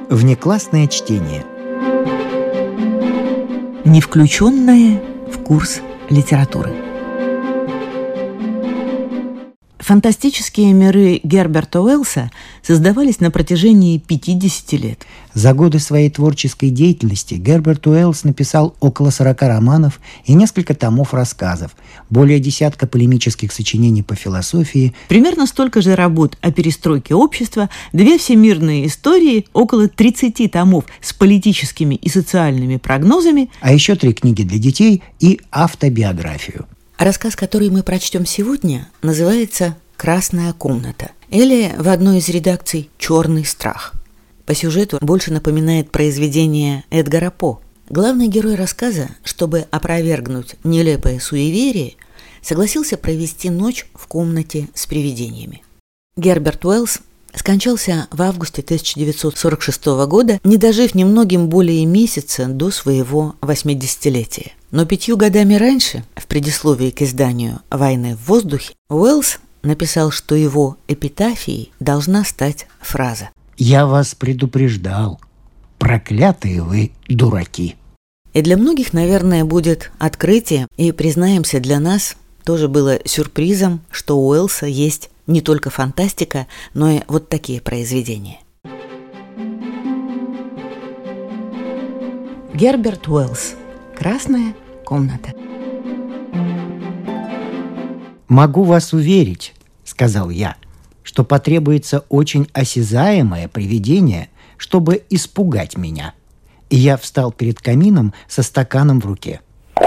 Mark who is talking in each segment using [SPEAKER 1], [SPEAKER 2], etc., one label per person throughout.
[SPEAKER 1] Внеклассное чтение.
[SPEAKER 2] Не включенное в курс литературы. Фантастические миры Герберта Уэллса создавались на протяжении 50 лет.
[SPEAKER 1] За годы своей творческой деятельности Герберт Уэллс написал около 40 романов и несколько томов рассказов, более десятка полемических сочинений по философии,
[SPEAKER 2] Примерно столько же работ о перестройке общества, 2 всемирные истории, около 30 томов с политическими и социальными прогнозами,
[SPEAKER 1] а еще 3 книги для детей и автобиографию.
[SPEAKER 2] Рассказ, который мы прочтем сегодня, называется «Красная комната» или в одной из редакций «Черный страх». По сюжету больше напоминает произведение Эдгара По. Главный герой рассказа, чтобы опровергнуть нелепое суеверие, согласился провести ночь в комнате с привидениями. Герберт Уэллс скончался в августе 1946 года, не дожив немногим более месяца до своего 80-летия. Но 5 годами раньше, в предисловии к изданию «Войны в воздухе», Уэллс написал, что его эпитафией должна стать фраза:
[SPEAKER 1] «Я вас предупреждал, проклятые вы дураки».
[SPEAKER 2] И для многих, наверное, будет открытие, и, признаемся, для нас тоже было сюрпризом, что у Уэллса есть не только фантастика, но и вот такие произведения. Герберт Уэллс. «Красная комната».
[SPEAKER 1] «Могу вас уверить, — сказал я, — что потребуется очень осязаемое привидение, чтобы испугать меня». И я встал перед камином со стаканом в руке.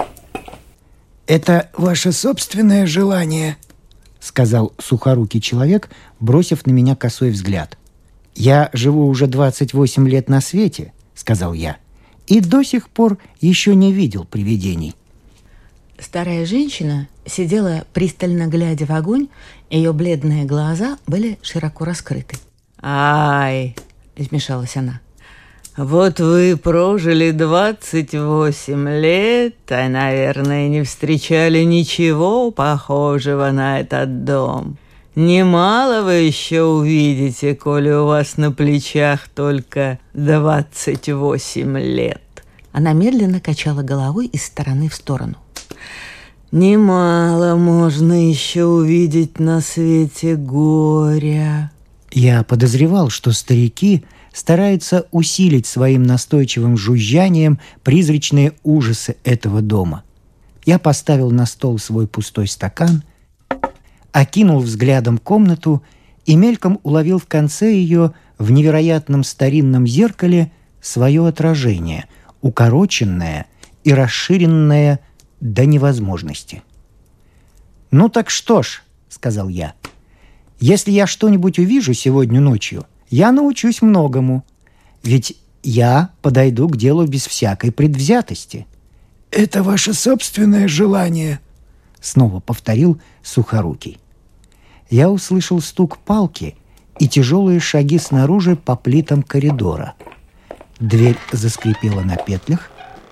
[SPEAKER 1] «Это ваше собственное желание?» — сказал сухорукий человек, бросив на меня косой взгляд. «Я живу уже 28 лет на свете, — сказал я, — и до сих пор еще не видел привидений».
[SPEAKER 2] Старая женщина сидела, пристально глядя в огонь, ее бледные глаза были широко раскрыты. «Ай!» — вмешалась она. «Вот вы прожили 28 лет, а, наверное, не встречали ничего похожего на этот дом. Немало вы еще увидите, коли у вас на плечах только 28 лет». Она медленно качала головой из стороны в сторону. «Немало можно еще увидеть на свете горя».
[SPEAKER 1] Я подозревал, что старики стараются усилить своим настойчивым жужжанием призрачные ужасы этого дома. Я поставил на стол свой пустой стакан, окинул взглядом комнату и мельком уловил в конце ее, в невероятном старинном зеркале, свое отражение, укороченное и расширенное до невозможности. «Ну так что ж, — сказал я, — если я что-нибудь увижу сегодня ночью, я научусь многому, ведь я подойду к делу без всякой предвзятости». «Это ваше собственное желание?» — снова повторил сухорукий. Я услышал стук палки и тяжелые шаги снаружи по плитам коридора. Дверь заскрипела на петлях,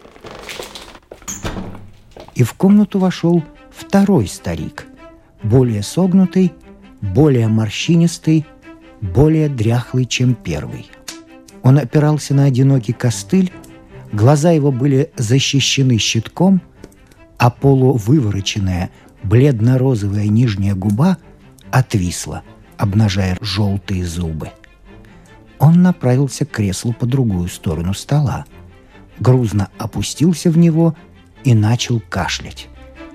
[SPEAKER 1] и в комнату вошел второй старик, более согнутый, более морщинистый, более дряхлый, чем первый. Он опирался на одинокий костыль, глаза его были защищены щитком, а полувывороченная бледно-розовая нижняя губа отвисла, обнажая желтые зубы. Он направился к креслу по другую сторону стола, грузно опустился в него и начал кашлять.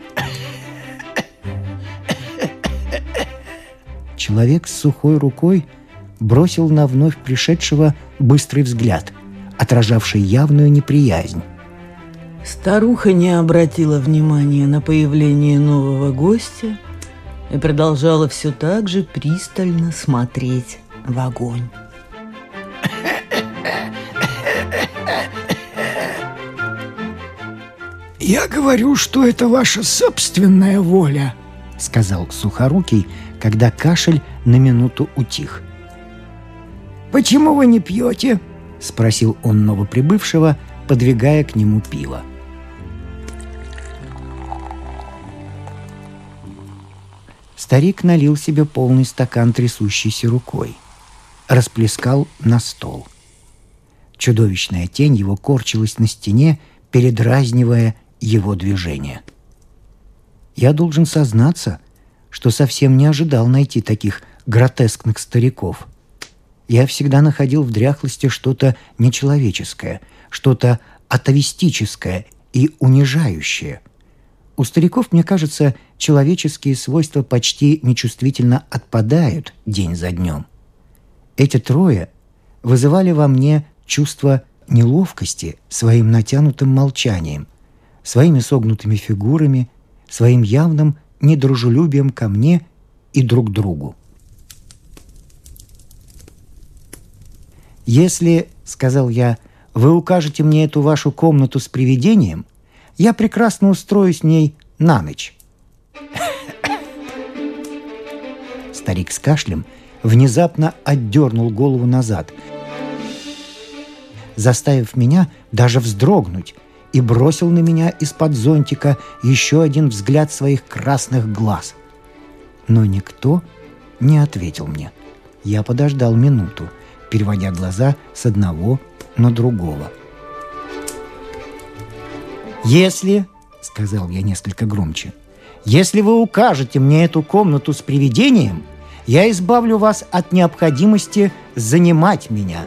[SPEAKER 1] Человек с сухой рукой бросил на вновь пришедшего быстрый взгляд, отражавший явную неприязнь.
[SPEAKER 2] Старуха не обратила внимания на появление нового гостя и продолжала все так же пристально смотреть в огонь.
[SPEAKER 3] «Я говорю, что это ваша собственная воля»,
[SPEAKER 1] — сказал сухорукий, когда кашель на минуту утих.
[SPEAKER 3] «Почему вы не пьете?»
[SPEAKER 1] — спросил он новоприбывшего, подвигая к нему пиво. Старик налил себе полный стакан трясущейся рукой, расплескал на стол. Чудовищная тень его корчилась на стене, передразнивая его движение. Я должен сознаться, что совсем не ожидал найти таких гротескных стариков. Я всегда находил в дряхлости что-то нечеловеческое, что-то атовистическое и унижающее. У стариков, мне кажется, человеческие свойства почти нечувствительно отпадают день за днем. Эти трое вызывали во мне чувство неловкости своим натянутым молчанием, своими согнутыми фигурами, своим явным недружелюбием ко мне и друг другу. «Если, — сказал я, — вы укажете мне эту вашу комнату с привидением, я прекрасно устроюсь в ней на ночь». Старик с кашлем внезапно отдернул голову назад, заставив меня даже вздрогнуть, и бросил на меня из-под зонтика еще один взгляд своих красных глаз. Но никто не ответил мне. Я подождал минуту, переводя глаза с одного на другого. «Если, — сказал я несколько громче, — если вы укажете мне эту комнату с привидением, я избавлю вас от необходимости занимать меня».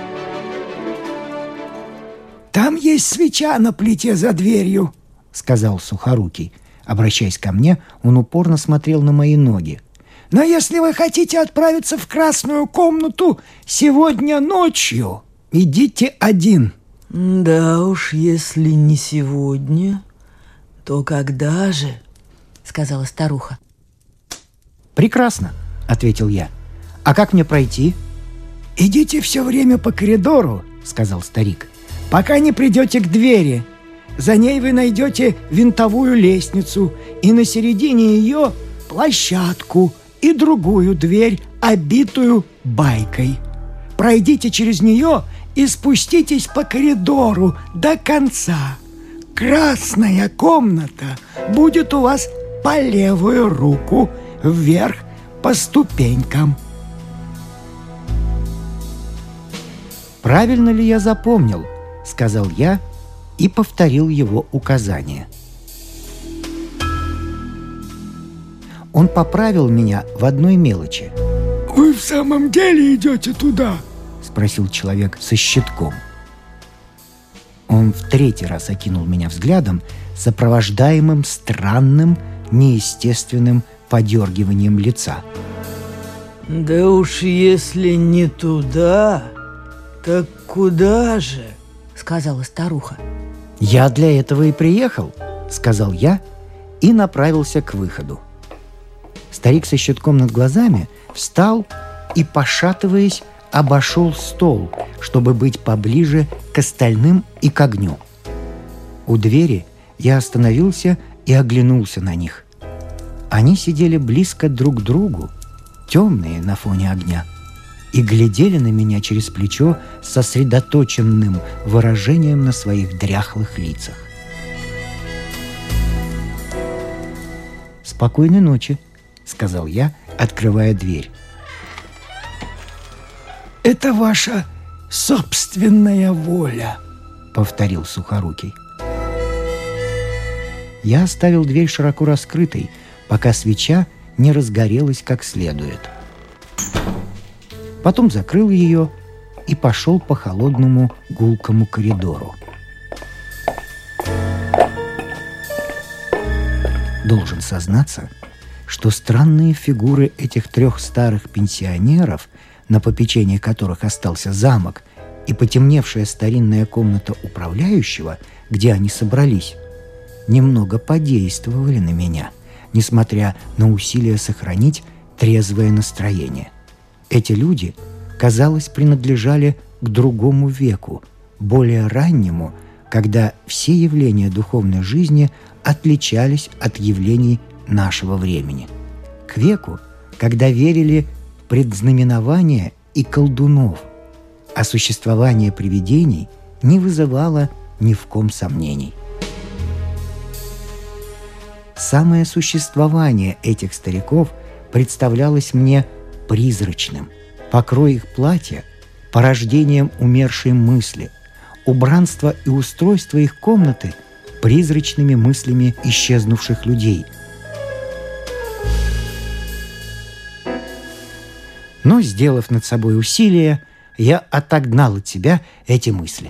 [SPEAKER 3] «Там есть свеча на плите за дверью»,
[SPEAKER 1] — сказал Сухорукий. Обращаясь ко мне, он упорно смотрел на мои ноги.
[SPEAKER 3] «Но если вы хотите отправиться в красную комнату сегодня ночью, идите один».
[SPEAKER 4] «Да уж, если не сегодня, то когда же?» — сказала старуха.
[SPEAKER 1] «Прекрасно», — ответил я. «А как мне пройти?»
[SPEAKER 3] «Идите все время по коридору», — сказал старик, «пока не придете к двери. За ней вы найдете винтовую лестницу, и на середине ее площадку и другую дверь, обитую байкой. Пройдите через нее и спуститесь по коридору до конца. Красная комната будет у вас по левую руку, вверх по ступенькам».
[SPEAKER 1] «Правильно ли я запомнил?» — сказал я и повторил его указания. Он поправил меня в одной мелочи.
[SPEAKER 3] «Вы в самом деле идете туда?»
[SPEAKER 1] — спросил человек со щитком. Он в третий раз окинул меня взглядом, сопровождаемым странным, неестественным подергиванием лица.
[SPEAKER 4] «Да уж если не туда, так куда же?» — сказала старуха.
[SPEAKER 1] «Я для этого и приехал», — сказал я и направился к выходу. Старик со щитком над глазами встал и, пошатываясь, обошел стол, чтобы быть поближе к остальным и к огню. У двери я остановился и оглянулся на них. Они сидели близко друг к другу, темные на фоне огня, и глядели на меня через плечо с сосредоточенным выражением на своих дряхлых лицах. «Спокойной ночи», — сказал я, открывая дверь.
[SPEAKER 3] «Это ваша собственная воля», — повторил Сухорукий.
[SPEAKER 1] Я оставил дверь широко раскрытой, пока свеча не разгорелась как следует. Потом закрыл ее и пошел по холодному гулкому коридору. Должен сознаться, что странные фигуры этих трех старых пенсионеров, на попечении которых остался замок, и потемневшая старинная комната управляющего, где они собрались, немного подействовали на меня, несмотря на усилия сохранить трезвое настроение. Эти люди, казалось, принадлежали к другому веку, более раннему, когда все явления духовной жизни отличались от явлений нашего времени. К веку, когда верили в предзнаменования и колдунов, а существование привидений не вызывало ни в ком сомнений. Самое существование этих стариков представлялось мне призрачным. Покрой их платья порождением умершей мысли, убранство и устройство их комнаты призрачными мыслями исчезнувших людей. Но, сделав над собой усилие, я отогнал от себя эти мысли.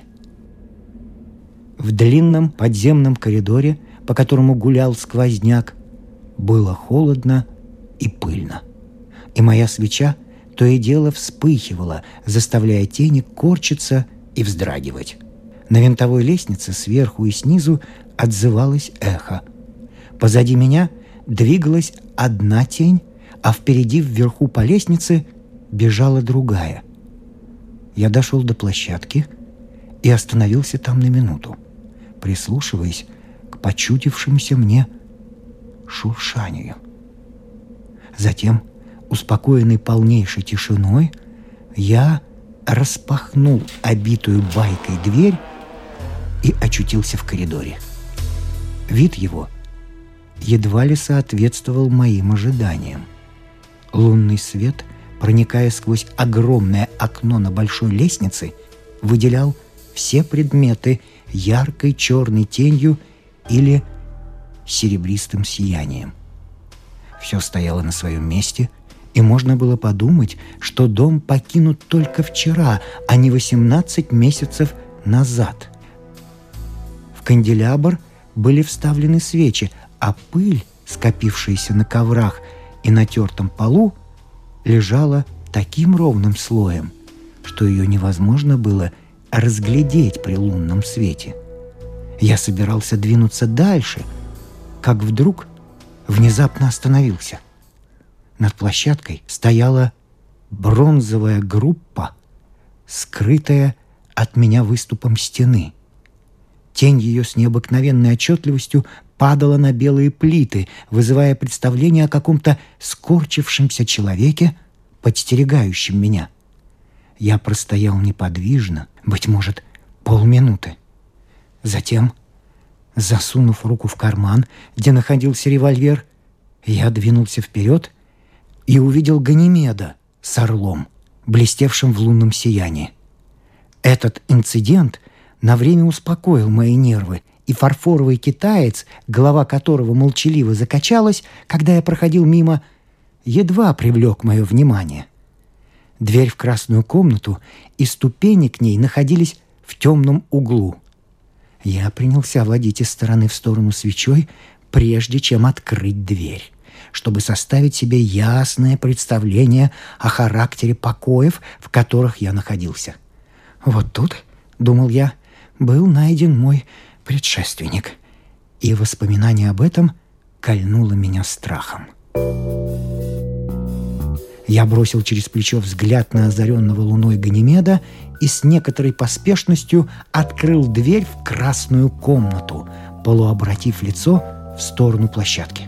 [SPEAKER 1] В длинном подземном коридоре, по которому гулял сквозняк, было холодно и пыльно, и моя свеча то и дело вспыхивала, заставляя тени корчиться и вздрагивать. На винтовой лестнице сверху и снизу отзывалось эхо. Позади меня двигалась одна тень, а впереди вверху по лестнице бежала другая. Я дошел до площадки и остановился там на минуту, прислушиваясь к почудившемуся мне шуршанию. Затем, успокоенный полнейшей тишиной, я распахнул обитую байкой дверь и очутился в коридоре. Вид его едва ли соответствовал моим ожиданиям. Лунный свет, проникая сквозь огромное окно на большой лестнице, выделял все предметы яркой черной тенью или серебристым сиянием. Все стояло на своем месте, и можно было подумать, что дом покинут только вчера, а не 18 месяцев назад. В канделябр были вставлены свечи, а пыль, скопившаяся на коврах и натертом полу, лежала таким ровным слоем, что ее невозможно было разглядеть при лунном свете. Я собирался двинуться дальше, как вдруг внезапно остановился. Над площадкой стояла бронзовая группа, скрытая от меня выступом стены. Тень ее с необыкновенной отчетливостью падала на белые плиты, вызывая представление о каком-то скорчившемся человеке, подстерегающем меня. Я простоял неподвижно, быть может, полминуты. Затем, засунув руку в карман, где находился револьвер, я двинулся вперед и увидел Ганимеда с орлом, блестевшим в лунном сиянии. Этот инцидент на время успокоил мои нервы, и фарфоровый китаец, голова которого молчаливо закачалась, когда я проходил мимо, едва привлек мое внимание. Дверь в красную комнату и ступени к ней находились в темном углу. Я принялся водить из стороны в сторону свечой, прежде чем открыть дверь, чтобы составить себе ясное представление о характере покоев, в которых я находился. Вот тут, думал я, был найден мой предшественник, и воспоминание об этом кольнуло меня страхом. Я бросил через плечо взгляд на озаренного луной Ганимеда и с некоторой поспешностью открыл дверь в красную комнату, полуобратив лицо в сторону площадки.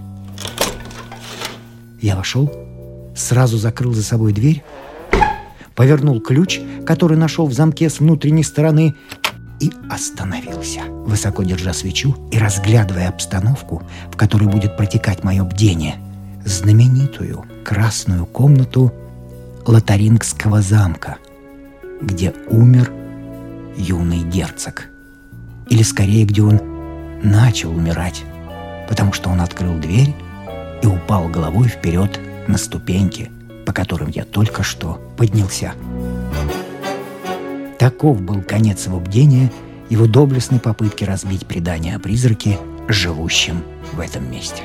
[SPEAKER 1] Я вошел, сразу закрыл за собой дверь, повернул ключ, который нашел в замке с внутренней стороны, и остановился, высоко держа свечу и разглядывая обстановку, в которой будет протекать мое бдение, знаменитую красную комнату Лотарингского замка, где умер юный герцог. Или скорее, где он начал умирать, потому что он открыл дверь и упал головой вперед на ступеньки, по которым я только что поднялся. Таков был конец его бдения, его доблестной попытки разбить предание о призраке, живущем в этом месте.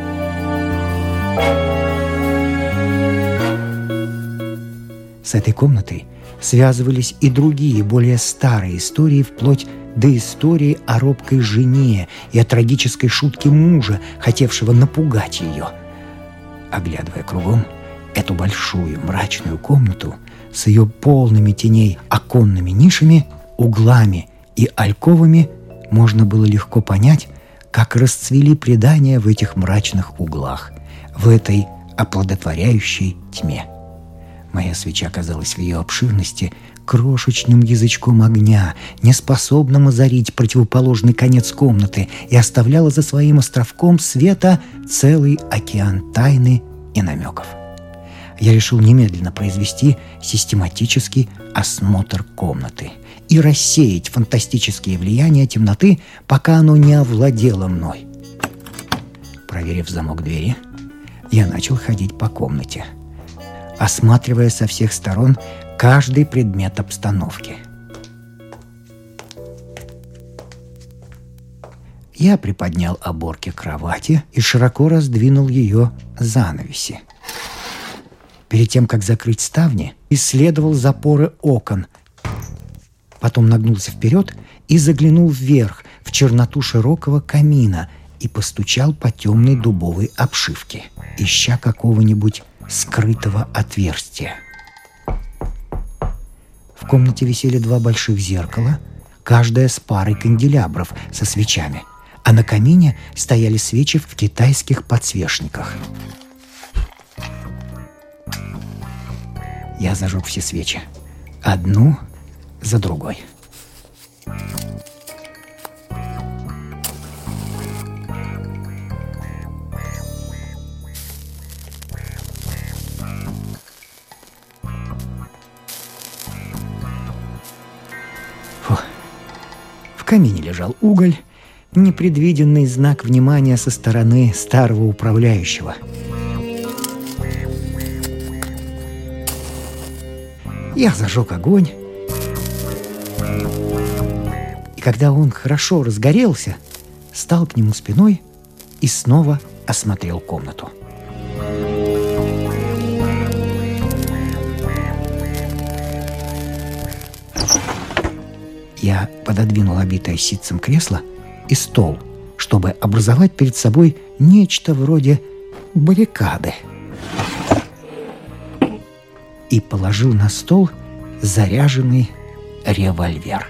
[SPEAKER 1] С этой комнатой связывались и другие, более старые истории, вплоть до истории о робкой жене и о трагической шутке мужа, хотевшего напугать ее. Оглядывая кругом эту большую мрачную комнату с ее полными теней оконными нишами, углами и альковами, можно было легко понять, как расцвели предания в этих мрачных углах, в этой оплодотворяющей тьме. Моя свеча казалась в ее обширности крошечным язычком огня, неспособным озарить противоположный конец комнаты, и оставляла за своим островком света целый океан тайны и намеков. Я решил немедленно произвести систематический осмотр комнаты и рассеять фантастические влияния темноты, пока оно не овладело мной. Проверив замок двери, я начал ходить по комнате, осматривая со всех сторон каждый предмет обстановки. Я приподнял оборки кровати и широко раздвинул ее занавеси. Перед тем, как закрыть ставни, исследовал запоры окон. Потом нагнулся вперед и заглянул вверх, в черноту широкого камина, и постучал по темной дубовой обшивке, ища какого-нибудь скрытого отверстия. В комнате висели 2 больших зеркала, каждое с парой канделябров со свечами, а на камине стояли свечи в китайских подсвечниках. Я зажег все свечи, одну за другой. В камине лежал уголь, непредвиденный знак внимания со стороны старого управляющего. Я зажег огонь, и когда он хорошо разгорелся, стал к нему спиной и снова осмотрел комнату. Я пододвинул обитое ситцем кресло и стол, чтобы образовать перед собой нечто вроде баррикады. И положил на стол заряженный револьвер.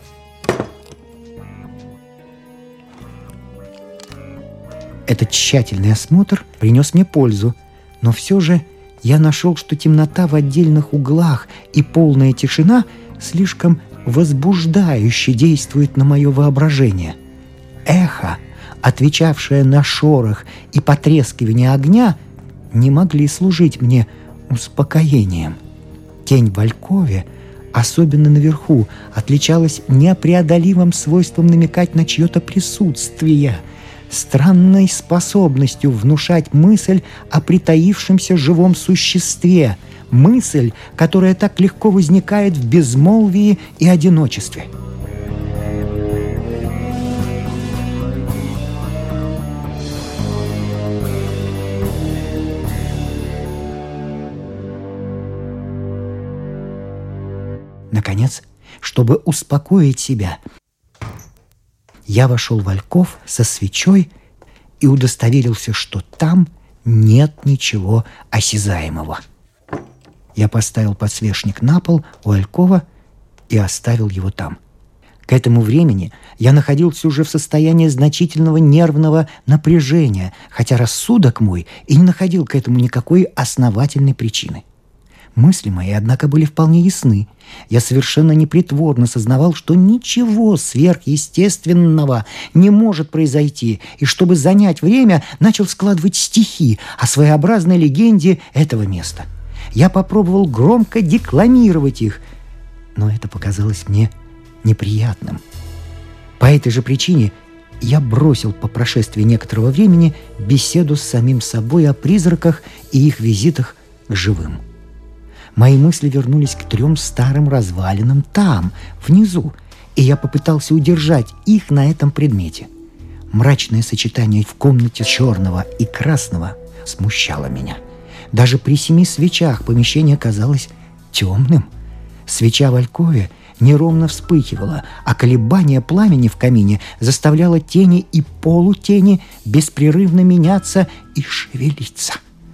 [SPEAKER 1] Этот тщательный осмотр принес мне пользу, но все же я нашел, что темнота в отдельных углах и полная тишина слишком возбуждающе действует на мое воображение. Эхо, отвечавшее на шорох и потрескивание огня, не могли служить мне успокоением. Тень в алькове, особенно наверху, отличалась непреодолимым свойством намекать на чье-то присутствие, странной способностью внушать мысль о притаившемся живом существе, мысль, которая так легко возникает в безмолвии и одиночестве. Наконец, чтобы успокоить себя, я вошел в альков со свечой и удостоверился, что там нет ничего осязаемого. Я поставил подсвечник на пол у алькова и оставил его там. К этому времени я находился уже в состоянии значительного нервного напряжения, хотя рассудок мой и не находил к этому никакой основательной причины. Мысли мои, однако, были вполне ясны. Я совершенно непритворно сознавал, что ничего сверхъестественного не может произойти, и чтобы занять время, начал складывать стихи о своеобразной легенде этого места. Я попробовал громко декламировать их, но это показалось мне неприятным. По этой же причине я бросил по прошествии некоторого времени беседу с самим собой о призраках и их визитах к живым. Мои мысли вернулись к 3 старым развалинам там, внизу, и я попытался удержать их на этом предмете. Мрачное сочетание в комнате черного и красного смущало меня. Даже при 7 свечах помещение казалось темным. Свеча в алькове неровно вспыхивала, а колебание пламени в камине заставляло тени и полутени беспрерывно меняться и шевелиться.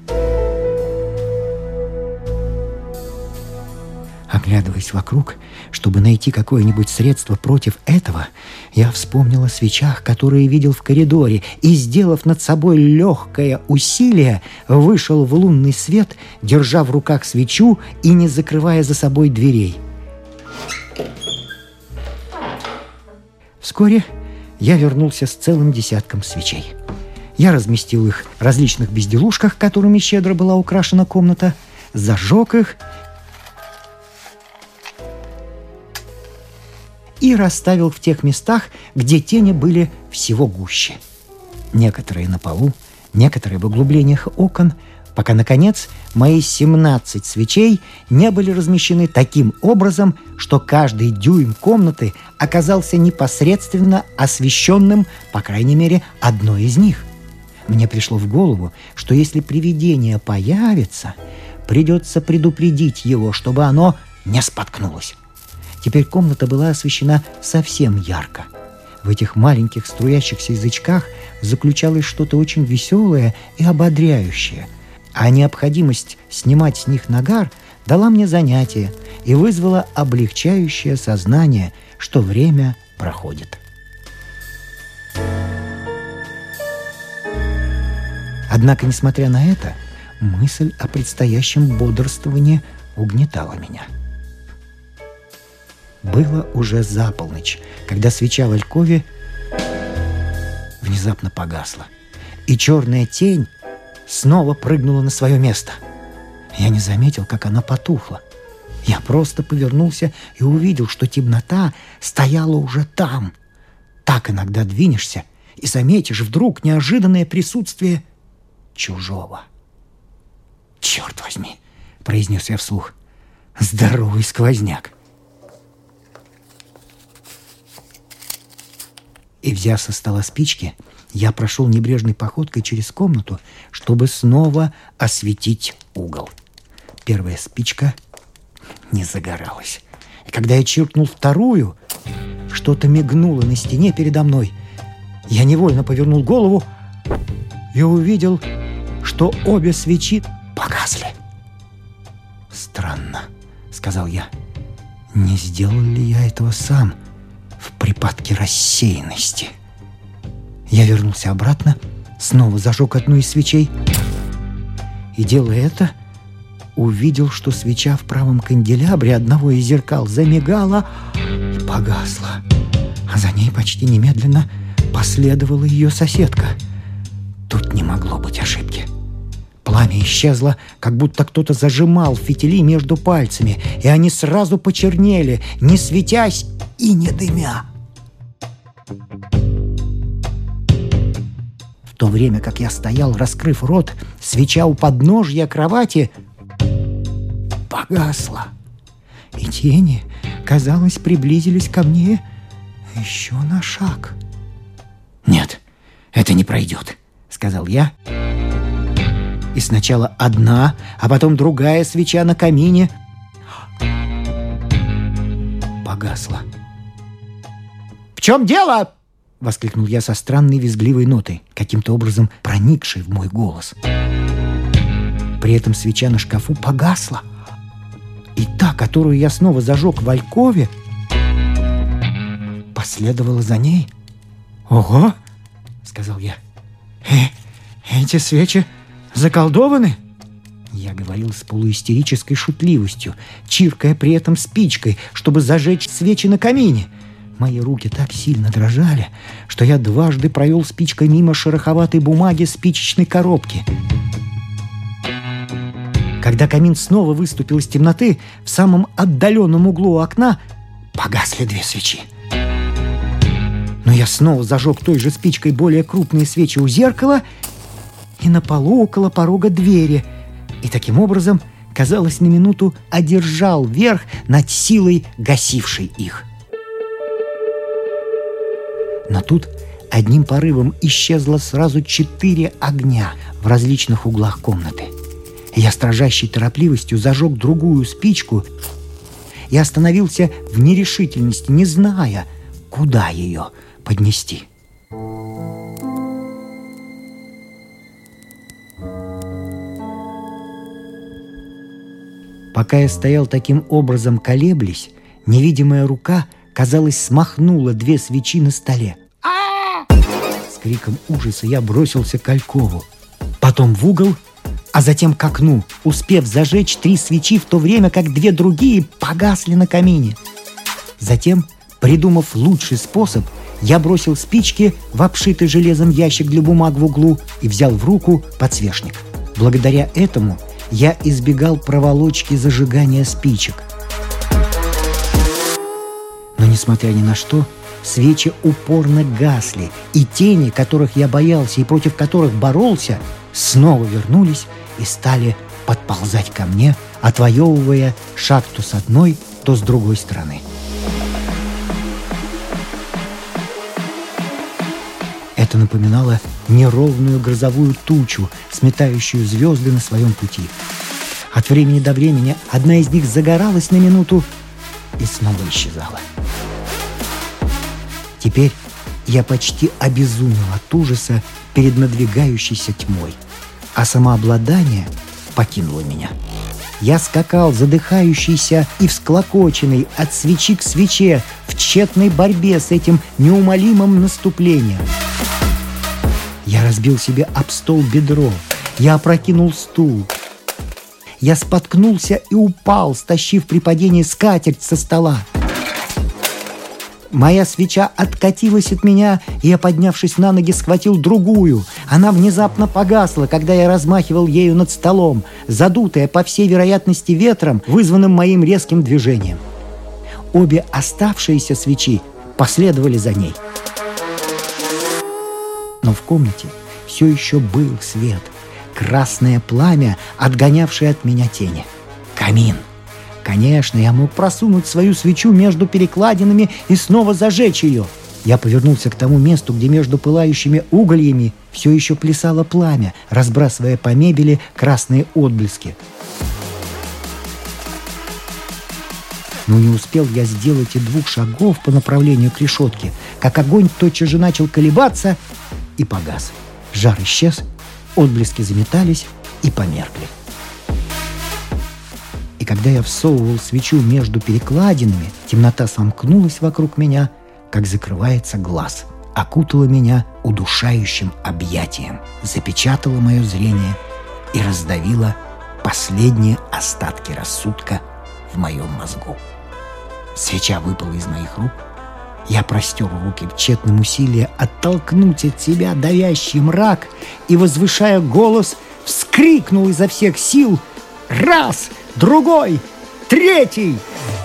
[SPEAKER 1] Оглядываясь вокруг, чтобы найти какое-нибудь средство против этого, я вспомнил о свечах, которые видел в коридоре, и, сделав над собой легкое усилие, вышел в лунный свет, держа в руках свечу и не закрывая за собой дверей. Вскоре я вернулся с целым десятком свечей. Я разместил их в различных безделушках, которыми щедро была украшена комната. зажег их и расставил в тех местах, где тени были всего гуще. Некоторые на полу, некоторые в углублениях окон, пока, наконец, мои 17 свечей не были размещены таким образом, что каждый дюйм комнаты оказался непосредственно освещенным, по крайней мере, одной из них. Мне пришло в голову, что если привидение появится, придется предупредить его, чтобы оно не споткнулось. Теперь комната была освещена совсем ярко. В этих маленьких струящихся язычках заключалось что-то очень веселое и ободряющее, а необходимость снимать с них нагар дала мне занятие и вызвала облегчающее сознание, что время проходит. Однако, несмотря на это, мысль о предстоящем бодрствовании угнетала меня. Было уже за полночь, когда свеча в алькове внезапно погасла, и черная тень снова прыгнула на свое место. Я не заметил, как она потухла. Я просто повернулся и увидел, что темнота стояла уже там. Так иногда двинешься и заметишь вдруг неожиданное присутствие чужого. «Черт возьми!» — произнес я вслух. «Здоровый сквозняк!» И, взяв со стола спички, я прошел небрежной походкой через комнату, чтобы снова осветить угол. Первая спичка не загоралась. И когда я чиркнул вторую, что-то мигнуло на стене передо мной. Я невольно повернул голову и увидел, что обе свечи погасли. «Странно», — сказал я. «Не сделал ли я этого сам в припадке рассеянности?» Я вернулся обратно, снова зажег одну из свечей и, делая это, увидел, что свеча в правом канделябре одного из зеркал замигала и погасла, а за ней почти немедленно последовала ее соседка. Тут не могло быть ошибки. Пламя исчезло, как будто кто-то зажимал фитили между пальцами, и они сразу почернели, не светясь и не дымя. В то время как я стоял, раскрыв рот, свеча у подножья кровати погасла, и тени, казалось, приблизились ко мне еще на шаг. «Нет, это не пройдет», — сказал я. И сначала одна, а потом другая свеча на камине погасла. «В чем дело?» — воскликнул я со странной визгливой нотой, каким-то образом проникшей в мой голос. При этом свеча на шкафу погасла, и та, которую я снова зажег в алькове, последовала за ней. «Ого!» — сказал я. «Эти свечи заколдованы?» Я говорил с полуистерической шутливостью, чиркая при этом спичкой, чтобы зажечь свечи на камине. Мои руки так сильно дрожали, что я дважды провел спичкой мимо шероховатой бумаги спичечной коробки. Когда камин снова выступил из темноты, в самом отдаленном углу окна погасли две свечи. Но я снова зажег той же спичкой более крупные свечи у зеркала и на полу около порога двери, и таким образом, казалось, на минуту одержал верх над силой, гасившей их. Но тут одним порывом исчезло сразу 4 огня в различных углах комнаты. Я с дрожащей торопливостью зажег другую спичку и остановился в нерешительности, не зная, куда ее поднести. Пока я стоял таким образом, колеблясь, невидимая рука, казалось, смахнула 2 свечи на столе. С криком ужаса я бросился к алькову, потом в угол, а затем к окну, успев зажечь 3 свечи, в то время как 2 другие погасли на камине. Затем, придумав лучший способ, я бросил спички в обшитый железом ящик для бумаг в углу и взял в руку подсвечник. Благодаря этому я избегал проволочки зажигания спичек. Но, несмотря ни на что, свечи упорно гасли, и тени, которых я боялся и против которых боролся, снова вернулись и стали подползать ко мне, отвоевывая шаг то с одной, то с другой стороны. Это напоминало неровную грозовую тучу, сметающую звезды на своем пути. От времени до времени одна из них загоралась на минуту и снова исчезала. Теперь я почти обезумел от ужаса перед надвигающейся тьмой, а самообладание покинуло меня. Я скакал, задыхающийся и всклокоченный от свечи к свече, в тщетной борьбе с этим неумолимым наступлением. Я разбил себе об стол бедро, я опрокинул стул. Я споткнулся и упал, стащив при падении скатерть со стола. Моя свеча откатилась от меня, и я, поднявшись на ноги, схватил другую. Она внезапно погасла, когда я размахивал ею над столом, задутая, по всей вероятности, ветром, вызванным моим резким движением. Обе оставшиеся свечи последовали за ней. Но в комнате все еще был свет, красное пламя, отгонявшее от меня тени. Камин. Конечно, я мог просунуть свою свечу между перекладинами и снова зажечь ее. Я повернулся к тому месту, где между пылающими угольями все еще плясало пламя, разбрасывая по мебели красные отблески. Но не успел я сделать и 2 шагов по направлению к решетке, как огонь тотчас же начал колебаться и погас. Жар исчез, отблески заметались и померкли. И когда я всовывал свечу между перекладинами, темнота сомкнулась вокруг меня, как закрывается глаз, окутала меня удушающим объятием, запечатала мое зрение и раздавила последние остатки рассудка в моем мозгу. Свеча выпала из моих рук. Я простер руки в тщетном усилии оттолкнуть от себя давящий мрак и, возвышая голос, вскрикнул изо всех сил: «Раз! Другой! Третий!»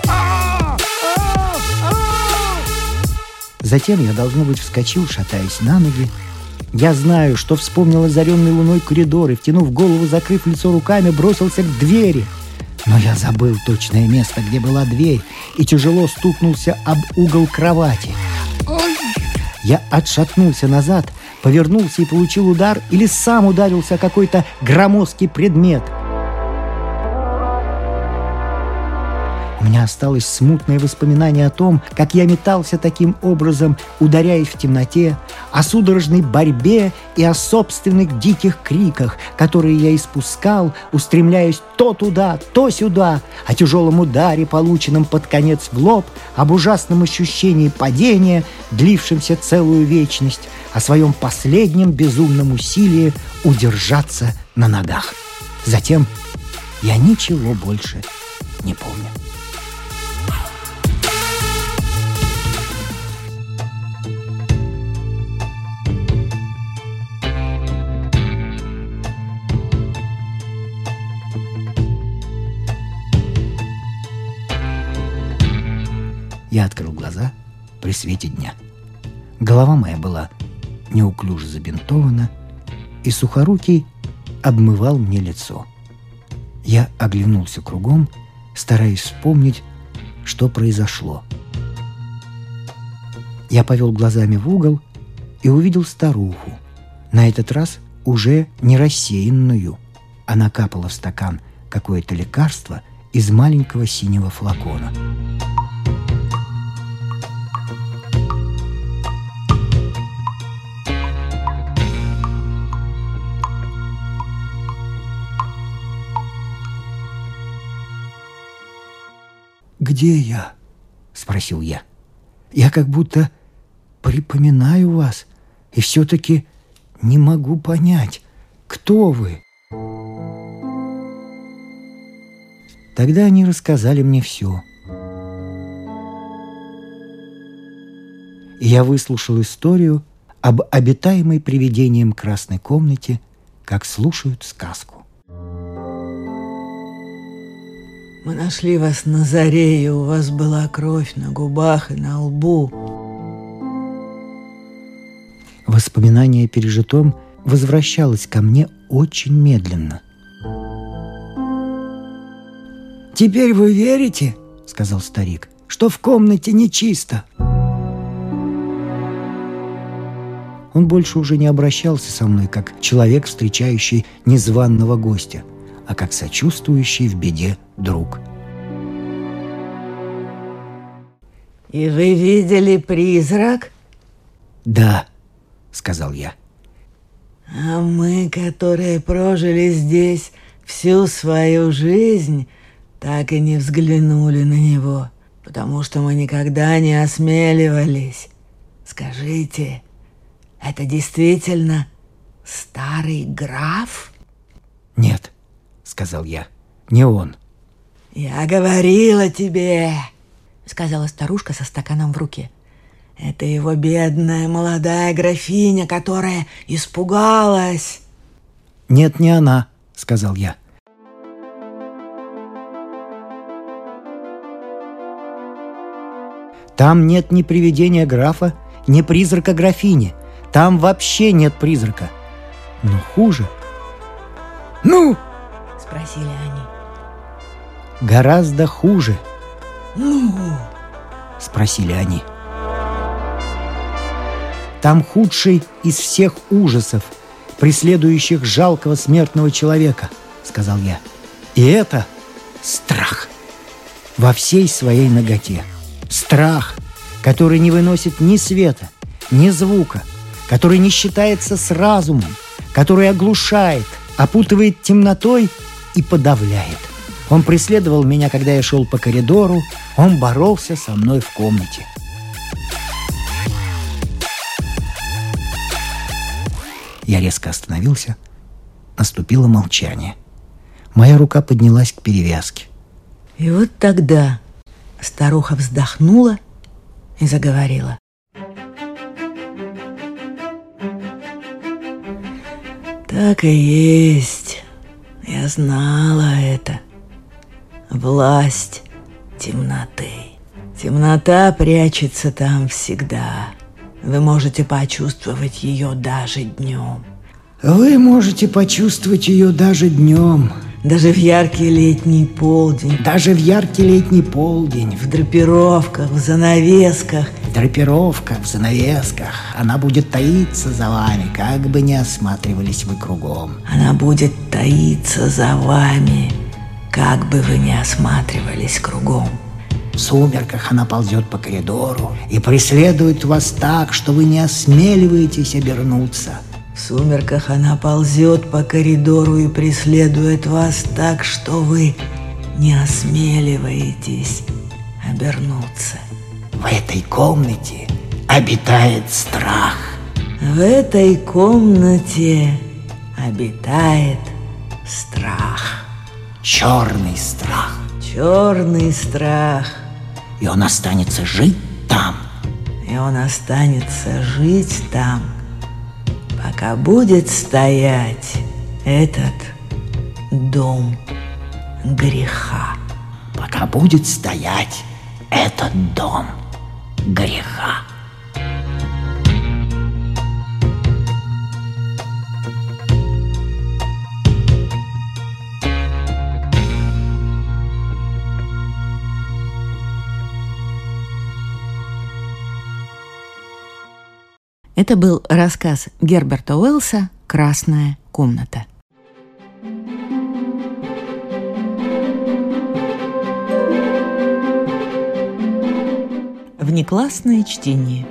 [SPEAKER 1] Затем я, должно быть, вскочил, шатаясь на ноги. Я знаю, что вспомнил озаренный луной коридор и, втянув голову, закрыв лицо руками, бросился к двери. Но я забыл точное место, где была дверь, и тяжело стукнулся об угол кровати. Я отшатнулся назад, повернулся и получил удар, или сам ударился о какой-то громоздкий предмет. У меня осталось смутное воспоминание о том, как я метался таким образом, ударяясь в темноте, о судорожной борьбе и о собственных диких криках, которые я испускал, устремляясь то туда, то сюда, о тяжелом ударе, полученном под конец в лоб, об ужасном ощущении падения, длившемся целую вечность, о своем последнем безумном усилии удержаться на ногах. Затем я ничего больше не помню. Я открыл глаза при свете дня. Голова моя была неуклюже забинтована, и Сухорукий обмывал мне лицо. Я оглянулся кругом, стараясь вспомнить, что произошло. Я повел глазами в угол и увидел старуху, на этот раз уже не рассеянную. Она капала в стакан какое-то лекарство из маленького синего флакона. «Где я?» — спросил я. «Я как будто припоминаю вас, и все-таки не могу понять, кто вы?» Тогда они рассказали мне все. И я выслушал историю об обитаемой привидением красной комнате, как слушают сказку.
[SPEAKER 4] Мы нашли вас на заре, и у вас была кровь на губах и на лбу.
[SPEAKER 1] Воспоминание о пережитом возвращалось ко мне очень медленно.
[SPEAKER 3] «Теперь вы верите, — сказал старик, — что в комнате нечисто?»
[SPEAKER 1] Он больше уже не обращался со мной как человек, встречающий незваного гостя, а как сочувствующий в беде друг.
[SPEAKER 4] И вы видели призрак?
[SPEAKER 1] «Да», — сказал я.
[SPEAKER 4] А мы, которые прожили здесь всю свою жизнь, так и не взглянули на него, потому что мы никогда не осмеливались. Скажите, это действительно старый граф?»
[SPEAKER 1] «Нет», — сказал я, — «не он».
[SPEAKER 4] «Я говорила тебе», — сказала старушка со стаканом в руке. «Это его бедная молодая графиня, которая испугалась».
[SPEAKER 1] «Нет, не она», — сказал я. «Там нет ни привидения графа, ни призрака графини. Там вообще нет призрака. Но хуже».
[SPEAKER 3] «Ну?»
[SPEAKER 4] — спросили они.
[SPEAKER 1] «Гораздо хуже»,
[SPEAKER 4] «Ну?»
[SPEAKER 1] — спросили они. «Там худший из всех ужасов, преследующих жалкого смертного человека», — сказал я. «И это страх во всей своей наготе. Страх, который не выносит ни света, ни звука, который не считается с разумом, который оглушает, опутывает темнотой и подавляет. Он преследовал меня, когда я шел по коридору, он боролся со мной в комнате». Я резко остановился. Наступило молчание. Моя рука поднялась к перевязке.
[SPEAKER 4] И вот тогда старуха вздохнула и заговорила. «Так и есть. Я знала это. Власть темноты. Темнота прячется там всегда. Вы можете почувствовать ее даже днем.
[SPEAKER 3] «Вы можете почувствовать ее даже днем,
[SPEAKER 4] Даже в яркий летний полдень.
[SPEAKER 3] даже в яркий летний полдень,
[SPEAKER 4] В драпировках, в занавесках.
[SPEAKER 1] В драпировках, в занавесках. Она будет таиться за вами, как бы ни осматривались вы кругом.
[SPEAKER 4] Она будет таиться за вами, как бы вы ни осматривались кругом.
[SPEAKER 1] В сумерках она ползет по коридору и преследует вас так, что вы не осмеливаетесь обернуться.
[SPEAKER 4] В сумерках она ползет по коридору и преследует вас так, что вы не осмеливаетесь обернуться.
[SPEAKER 1] В этой комнате обитает страх.
[SPEAKER 4] В этой комнате обитает страх.
[SPEAKER 1] Черный страх.
[SPEAKER 4] Черный страх.
[SPEAKER 1] И он останется жить там.
[SPEAKER 4] И он останется жить там, пока будет стоять этот дом греха.
[SPEAKER 1] Пока будет стоять этот дом греха.
[SPEAKER 2] Это был рассказ Герберта Уэллса «Красная комната». Внеклассное чтение.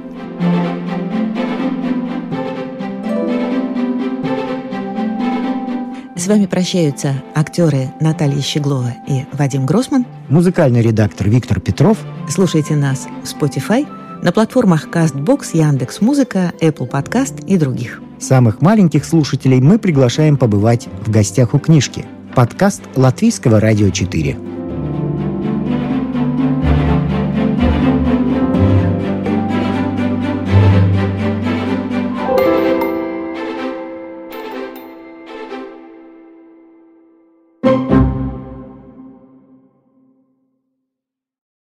[SPEAKER 2] С вами прощаются актеры Наталья Щеглова и Вадим Гроссман.
[SPEAKER 1] Музыкальный редактор Виктор Петров.
[SPEAKER 2] Слушайте нас в Spotify, на платформах CastBox, Яндекс.Музыка, Apple Podcast и других.
[SPEAKER 1] Самых маленьких слушателей мы приглашаем побывать в гостях у книжки. Подкаст Латвийского радио 4.